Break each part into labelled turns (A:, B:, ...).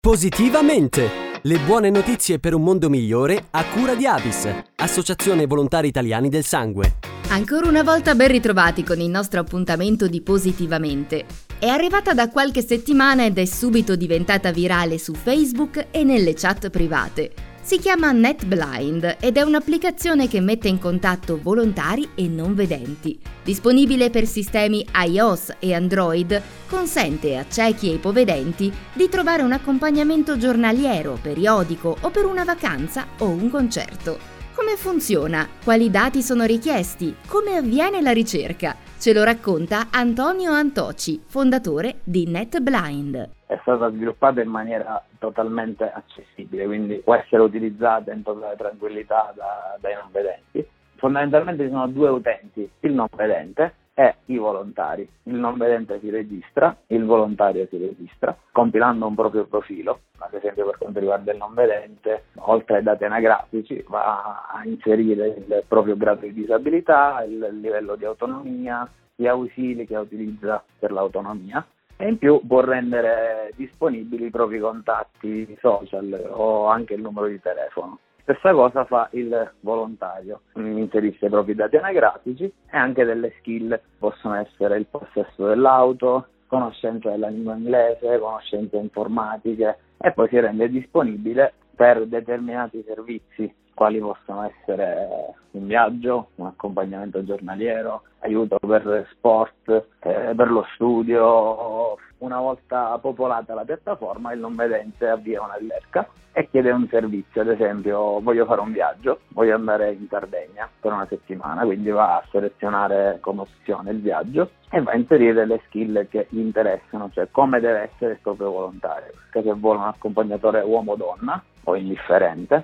A: Positivamente! Le buone notizie per un mondo migliore a cura di Avis, Associazione Volontari Italiani del Sangue.
B: Ancora una volta ben ritrovati con il nostro appuntamento di Positivamente. È arrivata da qualche settimana ed è subito diventata virale su Facebook e nelle chat private. Si chiama NetBlind ed è un'applicazione che mette in contatto volontari e non vedenti. Disponibile per sistemi iOS e Android, consente a ciechi e ipovedenti di trovare un accompagnamento giornaliero, periodico o per una vacanza o un concerto. Come funziona? Quali dati sono richiesti? Come avviene la ricerca? Ce lo racconta Antonio Antoci, fondatore di NetBlind.
C: È stata sviluppata in maniera totalmente accessibile, quindi può essere utilizzata in totale tranquillità dai non vedenti. Fondamentalmente ci sono due utenti, il non vedente e i volontari. Il non vedente si registra, il volontario si registra, compilando un proprio profilo. Ad esempio, per quanto riguarda il non vedente, oltre ai dati anagrafici, va a inserire il proprio grado di disabilità, il livello di autonomia, gli ausili che utilizza per l'autonomia. E in più può rendere disponibili i propri contatti social o anche il numero di telefono. Stessa cosa fa il volontario, inserisce i propri dati anagrafici e anche delle skill, possono essere il possesso dell'auto, conoscenza della lingua inglese, conoscenze informatiche, e poi si rende disponibile per determinati servizi, quali possono essere un viaggio, un accompagnamento giornaliero, aiuto per sport, per lo studio. Una volta popolata la piattaforma, il non vedente avvia una ricerca e chiede un servizio. Ad esempio, voglio fare un viaggio, voglio andare in Sardegna per una settimana, quindi va a selezionare come opzione il viaggio e va a inserire le skill che gli interessano, cioè come deve essere il proprio volontario, perché se vuole un accompagnatore uomo o donna o indifferente,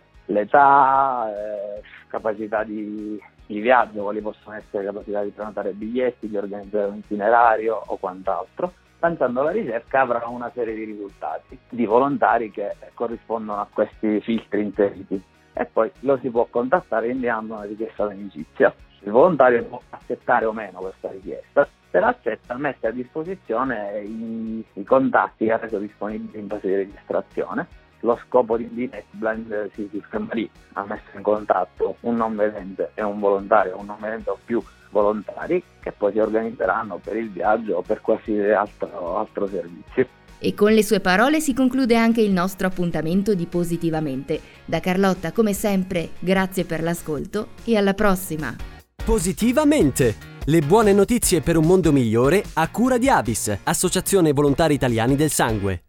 C: l'età, capacità di viaggio, quali possono essere capacità di prenotare biglietti, di organizzare un itinerario o quant'altro. Lanciando la ricerca avrà una serie di risultati di volontari che corrispondono a questi filtri inseriti e poi lo si può contattare inviando una richiesta d'amicizia. Il volontario può accettare o meno questa richiesta. Se l'accetta, mette a disposizione i contatti che ha reso disponibili in fase di registrazione. Lo scopo di NetBlind si ferma lì, ha messo in contatto un non vedente e un volontario, un non vedente o più volontari che poi si organizzeranno per il viaggio o per qualsiasi altro servizio.
B: E con le sue parole si conclude anche il nostro appuntamento di Positivamente. Da Carlotta, come sempre, grazie per l'ascolto e alla prossima!
A: Positivamente! Le buone notizie per un mondo migliore a cura di Avis, Associazione Volontari Italiani del Sangue.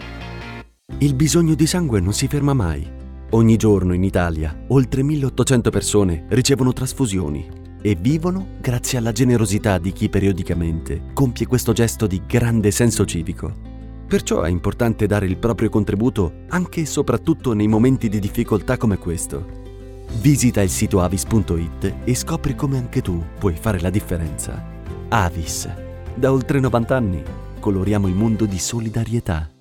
D: Il bisogno di sangue non si ferma mai. Ogni giorno in Italia oltre 1800 persone ricevono trasfusioni e vivono grazie alla generosità di chi periodicamente compie questo gesto di grande senso civico. Perciò è importante dare il proprio contributo anche e soprattutto nei momenti di difficoltà come questo. Visita il sito avis.it e scopri come anche tu puoi fare la differenza. Avis. Da oltre 90 anni coloriamo il mondo di solidarietà.